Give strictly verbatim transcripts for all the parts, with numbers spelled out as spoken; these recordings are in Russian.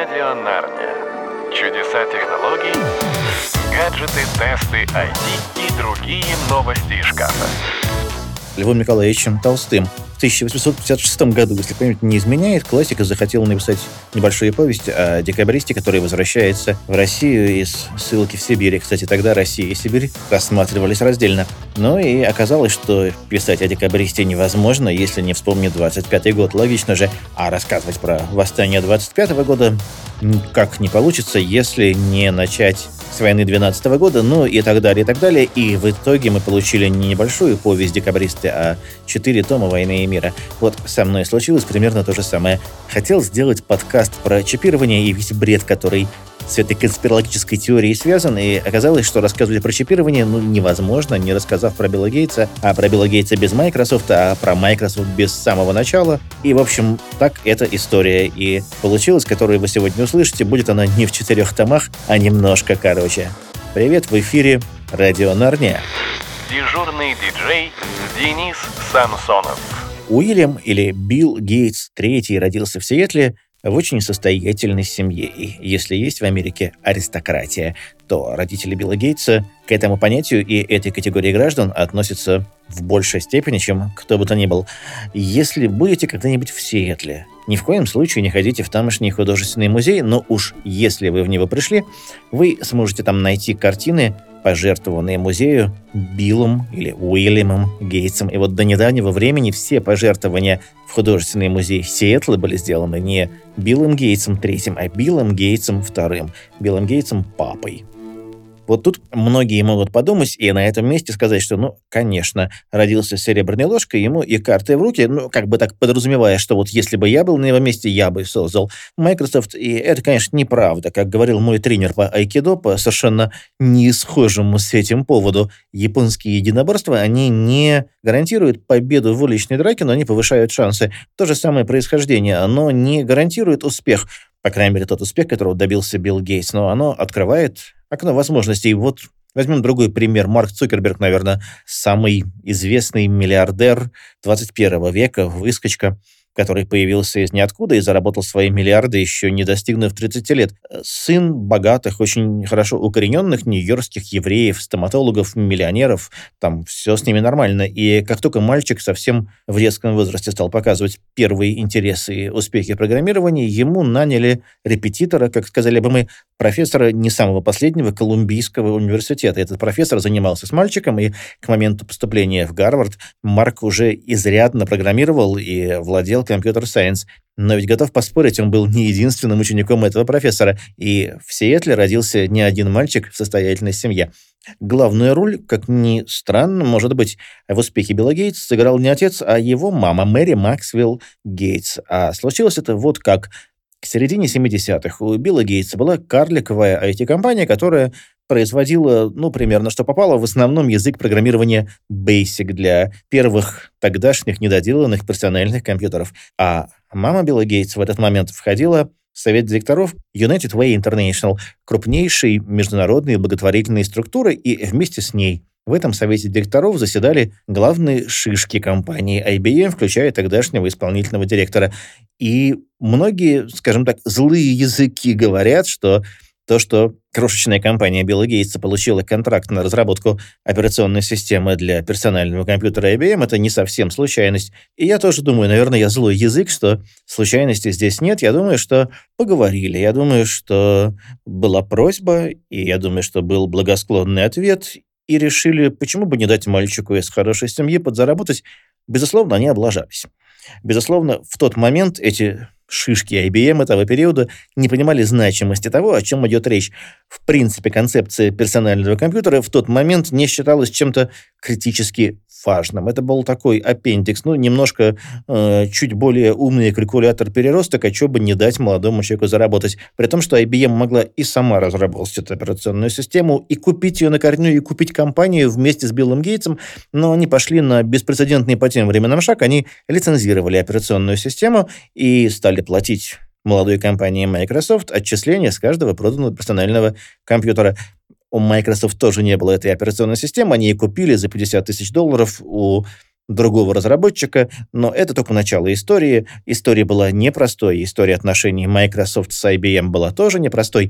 Радио Нарния. Чудеса технологий, гаджеты, тесты, ай ти и другие новости из шкафа. Львом Николаевичем Толстым в тысяча восемьсот пятьдесят шестом году, если память не изменяет, классик захотел написать небольшую повесть о декабристе, который возвращается в Россию из ссылки в Сибири. Кстати, тогда Россия и Сибирь рассматривались раздельно. Ну и оказалось, что писать о декабристе невозможно, если не вспомнить двадцать пятый год. Логично же. А рассказывать про восстание двадцать пятого года никак не получится, если не начать с войны двенадцатого года, ну и так далее, и так далее. И в итоге мы получили не небольшую повесть декабристы, а четыре тома «Войны и мира». Вот со мной случилось примерно то же самое. Хотел сделать подкаст про чипирование и весь бред, который с этой конспирологической теорией связан, и оказалось, что рассказывать про чипирование ну, невозможно, не рассказав про Билла Гейтса, а про Билла Гейтса без Microsoft, а про Microsoft без самого начала. И, в общем, так эта история и получилась, которую вы сегодня услышите. Будет она не в четырех томах, а немножко короче. Привет, в эфире Радио Нарния. Дежурный диджей Денис Самсонов. Уильям, или Билл Гейтс третий, родился в Сиэтле в очень состоятельной семье. И если есть в Америке аристократия, то родители Билла Гейтса к этому понятию и этой категории граждан относятся в большей степени, чем кто бы то ни был. Если будете когда-нибудь в Сиэтле, ни в коем случае не ходите в тамошний художественный музей, но уж если вы в него пришли, вы сможете там найти картины, пожертвованные музею Биллом или Уильямом Гейтсом. И вот до недавнего времени все пожертвования в художественный музей Сиэтла были сделаны не Биллом Гейтсом третьим, а Биллом Гейтсом вторым, Биллом Гейтсом папой. Вот тут многие могут подумать и на этом месте сказать, что, ну, конечно, родился с серебряной ложкой, ему и карты в руки, ну, как бы так подразумевая, что вот если бы я был на его месте, я бы создал Microsoft. И это, конечно, неправда. Как говорил мой тренер по айкидо, по совершенно не схожему с этим поводу, японские единоборства, они не гарантируют победу в уличной драке, но они повышают шансы. То же самое происхождение, оно не гарантирует успех, по крайней мере, тот успех, которого добился Билл Гейтс, но оно открывает окно возможностей. Вот возьмем другой пример. Марк Цукерберг, наверное, самый известный миллиардер двадцать первого века, выскочка, который появился из ниоткуда и заработал свои миллиарды, еще не достигнув тридцати лет. Сын богатых, очень хорошо укорененных нью-йоркских евреев, стоматологов, миллионеров. Там все с ними нормально. И как только мальчик совсем в детском возрасте стал показывать первые интересы и успехи программирования, ему наняли репетитора, как сказали бы мы, профессора не самого последнего Колумбийского университета. Этот профессор занимался с мальчиком, и к моменту поступления в Гарвард Марк уже изрядно программировал и владел компьютер-сайенс. Но ведь готов поспорить, он был не единственным учеником этого профессора. И в Сиэтле родился не один мальчик в состоятельной семье. Главную роль, как ни странно, может быть, в успехе Билла Гейтса сыграл не отец, а его мама Мэри Максвелл Гейтс. А случилось это вот как. К середине семидесятых у Билла Гейтса была карликовая ай ти-компания, которая производила, ну, примерно, что попало, в основном язык программирования Basic для первых тогдашних недоделанных персональных компьютеров. А мама Билла Гейтса в этот момент входила в совет директоров United Way International, крупнейшей международной благотворительной структуры, и вместе с ней в этом совете директоров заседали главные шишки компании ай би эм, включая тогдашнего исполнительного директора. И многие, скажем так, злые языки говорят, что то, что крошечная компания Билла Гейтса получила контракт на разработку операционной системы для персонального компьютера ай би эм, это не совсем случайность. И я тоже думаю, наверное, я злой язык, что случайности здесь нет. Я думаю, что поговорили. Я думаю, что была просьба, и я думаю, что был благосклонный ответ. И решили, почему бы не дать мальчику из хорошей семьи подзаработать. Безусловно, они облажались. Безусловно, в тот момент эти шишки ай би эм этого периода не понимали значимости того, о чем идет речь. В принципе, концепция персонального компьютера в тот момент не считалась чем-то критически важным. Это был такой аппендикс, ну, немножко э, чуть более умный калькулятор переросток, а что бы не дать молодому человеку заработать. При том, что ай би эм могла и сама разработать эту операционную систему, и купить ее на корню, и купить компанию вместе с Биллом Гейтсом, но они пошли на беспрецедентный по тем временам шаг, они лицензировали операционную систему и стали платить молодой компании Microsoft отчисления с каждого проданного персонального компьютера. У Microsoft тоже не было этой операционной системы, они ее купили за пятьдесят тысяч долларов у другого разработчика, но это только начало истории. История была непростой, история отношений Microsoft с ай би эм была тоже непростой.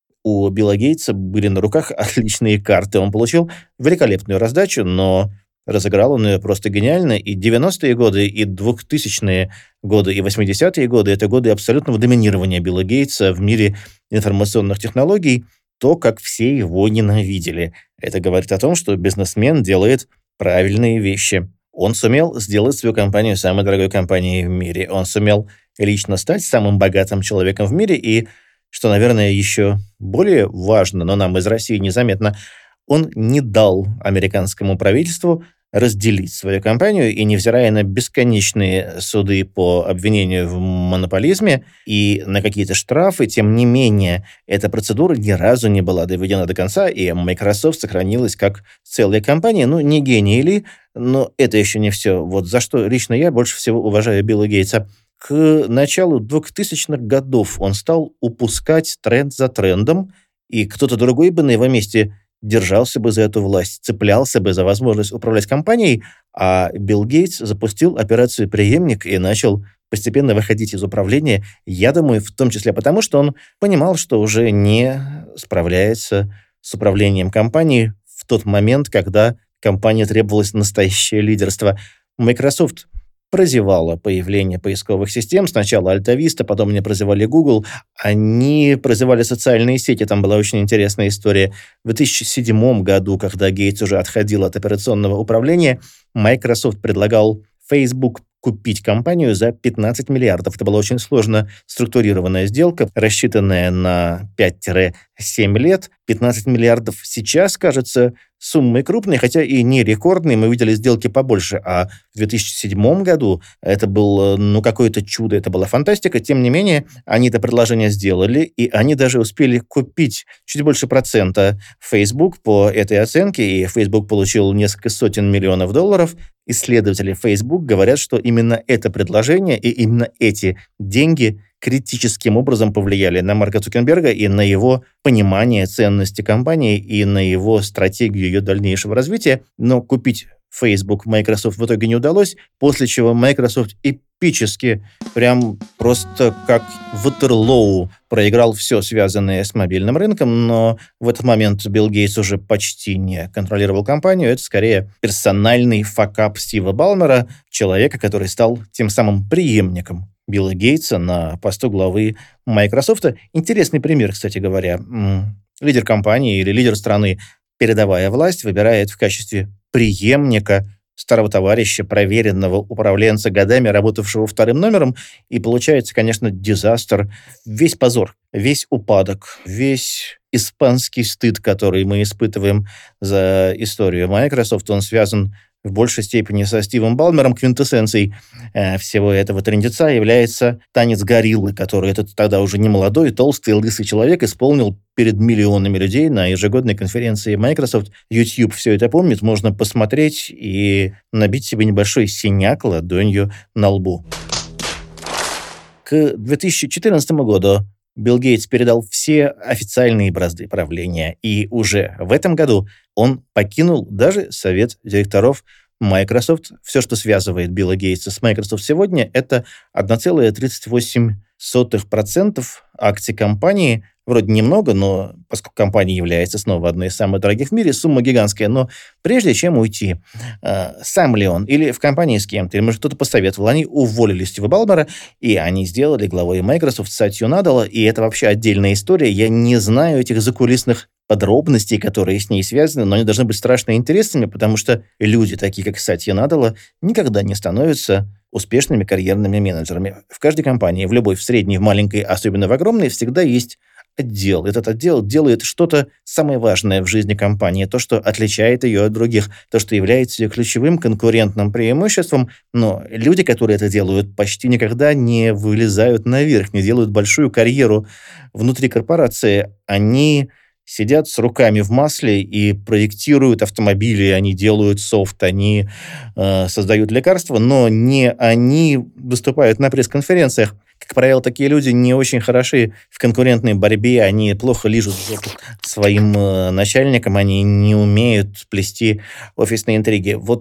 У Билла Гейтса были на руках отличные карты. Он получил великолепную раздачу, но разыграл он ее просто гениально. И девяностые годы, и двухтысячные годы, и восьмидесятые годы — это годы абсолютного доминирования Билла Гейтса в мире информационных технологий. То, как все его ненавидели. Это говорит о том, что бизнесмен делает правильные вещи. Он сумел сделать свою компанию самой дорогой компанией в мире. Он сумел лично стать самым богатым человеком в мире. И, что, наверное, еще более важно, но нам из России незаметно, он не дал американскому правительству разделить свою компанию, и, невзирая на бесконечные суды по обвинению в монополизме и на какие-то штрафы, тем не менее, эта процедура ни разу не была доведена до конца, и Microsoft сохранилась как целая компания. Ну, не гений ли, но это еще не все. Вот за что лично я больше всего уважаю Билла Гейтса. К началу двухтысячных годов он стал упускать тренд за трендом, и кто-то другой бы на его месте держался бы за эту власть, цеплялся бы за возможность управлять компанией, а Билл Гейтс запустил операцию «Преемник» и начал постепенно выходить из управления, я думаю, в том числе потому, что он понимал, что уже не справляется с управлением компанией в тот момент, когда компания требовалась настоящее лидерство. Microsoft прозевала появление поисковых систем. Сначала Альта-Виста, потом они прозевали Google. Они прозевали социальные сети. Там была очень интересная история. В две тысячи седьмом году, когда Гейтс уже отходил от операционного управления, Microsoft предлагал Facebook купить компанию за пятнадцать миллиардов. Это была очень сложно структурированная сделка, рассчитанная на пять-семь лет. пятнадцать миллиардов сейчас кажется суммой крупной, хотя и не рекордной. Мы видели сделки побольше, а в две тысячи седьмом году это было, ну, какое-то чудо, это была фантастика. Тем не менее, они это предложение сделали, и они даже успели купить чуть больше процента Facebook по этой оценке, и Facebook получил несколько сотен миллионов долларов. Исследователи Facebook говорят, что именно это предложение и именно эти деньги критическим образом повлияли на Марка Цукерберга и на его понимание ценности компании и на его стратегию ее дальнейшего развития. Но купить Facebook Microsoft в итоге не удалось, после чего Microsoft эпически, прям просто как Ватерлоу, проиграл все, связанное с мобильным рынком, но в этот момент Билл Гейтс уже почти не контролировал компанию. Это скорее персональный факап Стива Балмера, человека, который стал тем самым преемником Билла Гейтса на посту главы Microsoft. Интересный пример, кстати говоря. Лидер компании или лидер страны, передавая власть, выбирает в качестве преемника старого товарища, проверенного управленца, годами работавшего вторым номером, и получается, конечно, дизастер, весь позор, весь упадок, весь испанский стыд, который мы испытываем за историю Microsoft, он связан в большей степени со Стивом Балмером. Квинтэссенцией э, всего этого трындеца является танец гориллы, который этот тогда уже не молодой, толстый, лысый человек исполнил перед миллионами людей на ежегодной конференции Microsoft. YouTube все это помнит, можно посмотреть и набить себе небольшой синяк ладонью на лбу. К две тысячи четырнадцатому году Билл Гейтс передал все официальные бразды правления, и уже в этом году он покинул даже совет директоров Microsoft. Все, что связывает Билла Гейтса с Microsoft сегодня, это одна целая тридцать восемь сотых процента акций компании. Вроде немного, но поскольку компания является снова одной из самых дорогих в мире, сумма гигантская. Но прежде чем уйти, э, сам ли он или в компании с кем-то, или, может, кто-то посоветовал, они уволили Стива Балмера, и они сделали главой Microsoft Сатью Надалла, и это вообще отдельная история. Я не знаю этих закулисных подробностей, которые с ней связаны, но они должны быть страшно интересными, потому что люди, такие как Сатья Надалла, никогда не становятся успешными карьерными менеджерами. В каждой компании, в любой, в средней, в маленькой, особенно в огромной, всегда есть отдел. Этот отдел делает что-то самое важное в жизни компании, то, что отличает ее от других, то, что является ее ключевым конкурентным преимуществом, но люди, которые это делают, почти никогда не вылезают наверх, не делают большую карьеру внутри корпорации. Они сидят с руками в масле и проектируют автомобили, они делают софт, они э, создают лекарства, но не они выступают на пресс-конференциях. Как правило, такие люди не очень хороши в конкурентной борьбе, они плохо лижут жопу своим э, начальникам, они не умеют плести офисные интриги. Вот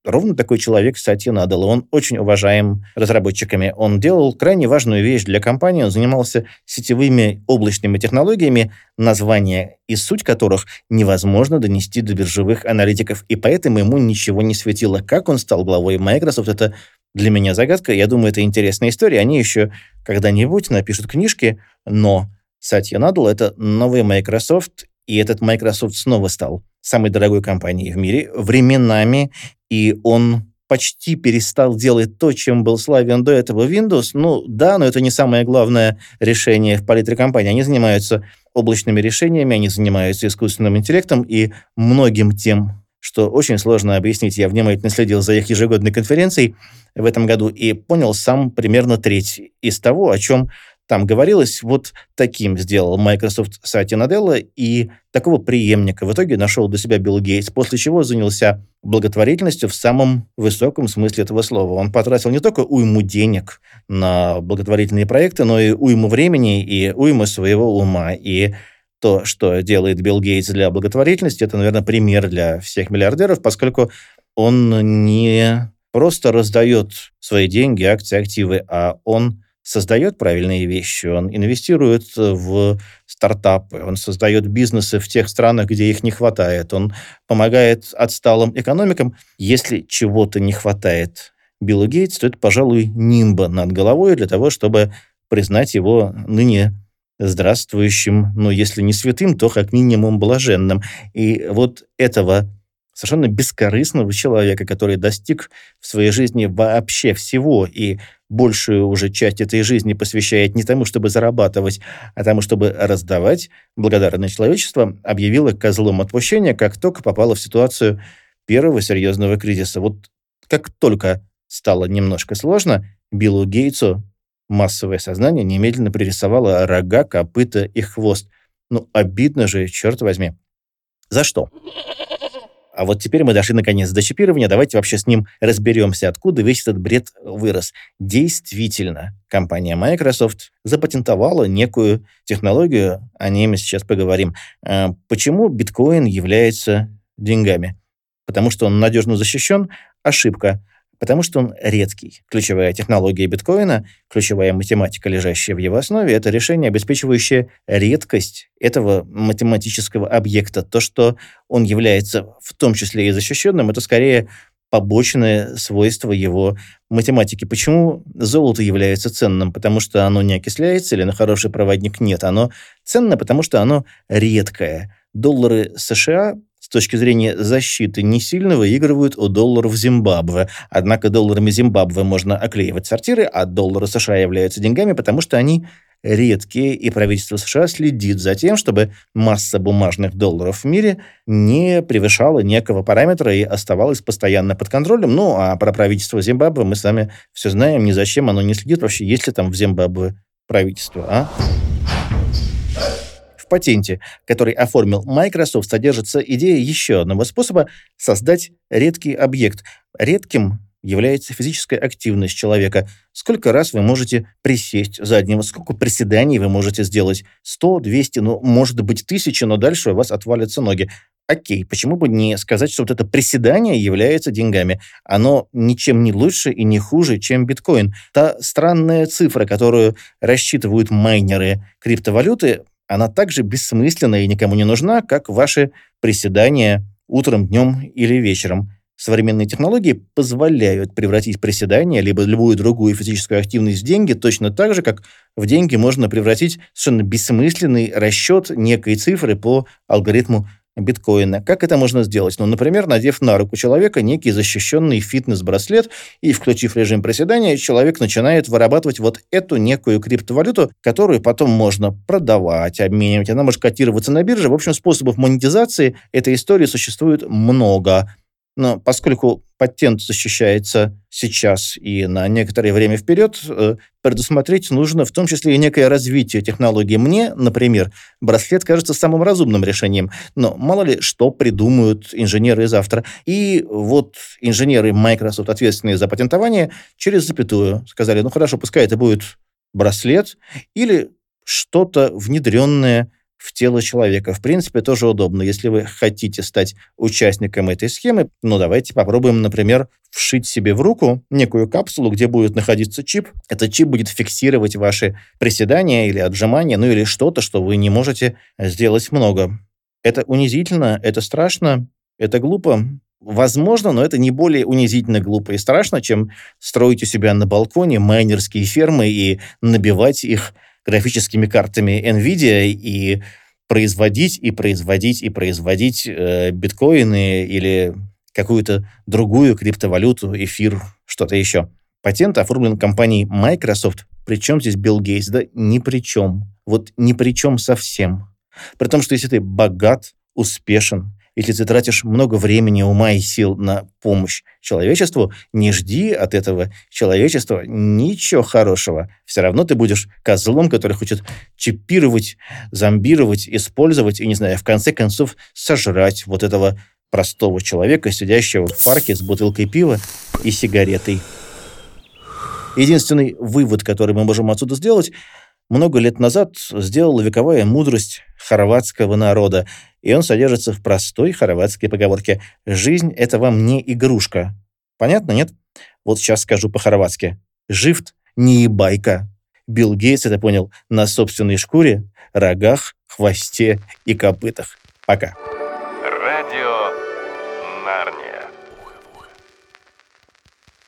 ровно такой человек Сатья Наделла. Он очень уважаем разработчиками. Он делал крайне важную вещь для компании. Он занимался сетевыми облачными технологиями, названия и суть которых невозможно донести до биржевых аналитиков. И поэтому ему ничего не светило. Как он стал главой Microsoft, это для меня загадка. Я думаю, это интересная история. Они еще когда-нибудь напишут книжки, но Сатья Наделла — это новый Microsoft, и этот Microsoft снова стал самой дорогой компанией в мире временами, и он почти перестал делать то, чем был славен до этого Windows. Ну да, но это не самое главное решение в палитре компании. Они занимаются облачными решениями, они занимаются искусственным интеллектом и многим тем, что очень сложно объяснить. Я внимательно следил за их ежегодной конференцией в этом году и понял сам примерно треть из того, о чем там говорилось. Вот таким сделал Microsoft Сатья Наделла, и такого преемника в итоге нашел для себя Билл Гейтс, после чего занялся благотворительностью в самом высоком смысле этого слова. Он потратил не только уйму денег на благотворительные проекты, но и уйму времени и уйму своего ума. И то, что делает Билл Гейтс для благотворительности, это, наверное, пример для всех миллиардеров, поскольку он не просто раздает свои деньги, акции, активы, а он создает правильные вещи, он инвестирует в стартапы, он создает бизнесы в тех странах, где их не хватает, он помогает отсталым экономикам. Если чего-то не хватает Биллу Гейтсу, то это, пожалуй, нимба над головой для того, чтобы признать его ныне здравствующим, ну, если не святым, то как минимум блаженным. И вот этого совершенно бескорыстного человека, который достиг в своей жизни вообще всего и большую уже часть этой жизни посвящает не тому, чтобы зарабатывать, а тому, чтобы раздавать, благодарное человечество объявило козлом отпущения, как только попало в ситуацию первого серьезного кризиса. Вот как только стало немножко сложно, Биллу Гейтсу массовое сознание немедленно пририсовало рога, копыта и хвост. Ну, обидно же, черт возьми. За что? А вот теперь мы дошли наконец до чипирования. Давайте вообще с ним разберемся, откуда весь этот бред вырос. Действительно, компания Microsoft запатентовала некую технологию, о ней мы сейчас поговорим. Почему биткоин является деньгами? Потому что он надежно защищен? Ошибка. Потому что он редкий. Ключевая технология биткоина, ключевая математика, лежащая в его основе, это решение, обеспечивающее редкость этого математического объекта. То, что он является в том числе и защищенным, это скорее побочное свойство его математики. Почему золото является ценным? Потому что оно не окисляется или на хороший проводник? Нет, оно ценно, потому что оно редкое. Доллары США с точки зрения защиты не сильно выигрывают у долларов Зимбабве. Однако долларами Зимбабве можно оклеивать сортиры, а доллары США являются деньгами, потому что они редкие, и правительство США следит за тем, чтобы масса бумажных долларов в мире не превышала некого параметра и оставалась постоянно под контролем. Ну, а про правительство Зимбабве мы сами все знаем, ни зачем оно не следит вообще, есть ли там в Зимбабве правительство, а? В патенте, который оформил Microsoft, содержится идея еще одного способа создать редкий объект. Редким является физическая активность человека. Сколько раз вы можете присесть задним, сколько приседаний вы можете сделать? сто, двести, ну, может быть, тысяча, но дальше у вас отвалятся ноги. Окей, почему бы не сказать, что вот это приседание является деньгами? Оно ничем не лучше и не хуже, чем биткоин. Та странная цифра, которую рассчитывают майнеры криптовалюты, она также бессмысленна и никому не нужна, как ваши приседания утром, днем или вечером. Современные технологии позволяют превратить приседания либо любую другую физическую активность в деньги точно так же, как в деньги можно превратить совершенно бессмысленный расчет некой цифры по алгоритму биткоина. Как это можно сделать? Ну, например, надев на руку человека некий защищенный фитнес-браслет и включив режим приседания, человек начинает вырабатывать вот эту некую криптовалюту, которую потом можно продавать, обменивать. Она может котироваться на бирже. В общем, способов монетизации этой истории существует много. Но поскольку патент защищается сейчас и на некоторое время вперед, предусмотреть нужно в том числе и некое развитие технологий. Мне, например, браслет кажется самым разумным решением, но мало ли что придумают инженеры завтра. И вот инженеры Microsoft, ответственные за патентование, через запятую сказали, ну хорошо, пускай это будет браслет или что-то внедренное в тело человека. В принципе, тоже удобно. Если вы хотите стать участником этой схемы, ну, давайте попробуем, например, вшить себе в руку некую капсулу, где будет находиться чип. Этот чип будет фиксировать ваши приседания или отжимания, ну, или что-то, что вы не можете сделать много. Это унизительно, это страшно, это глупо. Возможно, но это не более унизительно, глупо и страшно, чем строить у себя на балконе майнерские фермы и набивать их графическими картами NVIDIA и производить, и производить, и производить э, биткоины или какую-то другую криптовалюту, эфир, что-то еще. Патент оформлен компанией Microsoft. Причем здесь Билл Гейтс? Да ни при чем. Вот ни при чем совсем. При том, что если ты богат, успешен, если ты тратишь много времени, ума и сил на помощь человечеству, не жди от этого человечества ничего хорошего. Все равно ты будешь козлом, который хочет чипировать, зомбировать, использовать и, не знаю, в конце концов сожрать вот этого простого человека, сидящего в парке с бутылкой пива и сигаретой. Единственный вывод, который мы можем отсюда сделать, много лет назад сделала вековая мудрость хорватского народа, и он содержится в простой хорватской поговорке: «Жизнь — это вам не игрушка». Понятно, нет? Вот сейчас скажу по-хорватски. «Живт не ебайка». Билл Гейтс это понял на собственной шкуре, рогах, хвосте и копытах. Пока.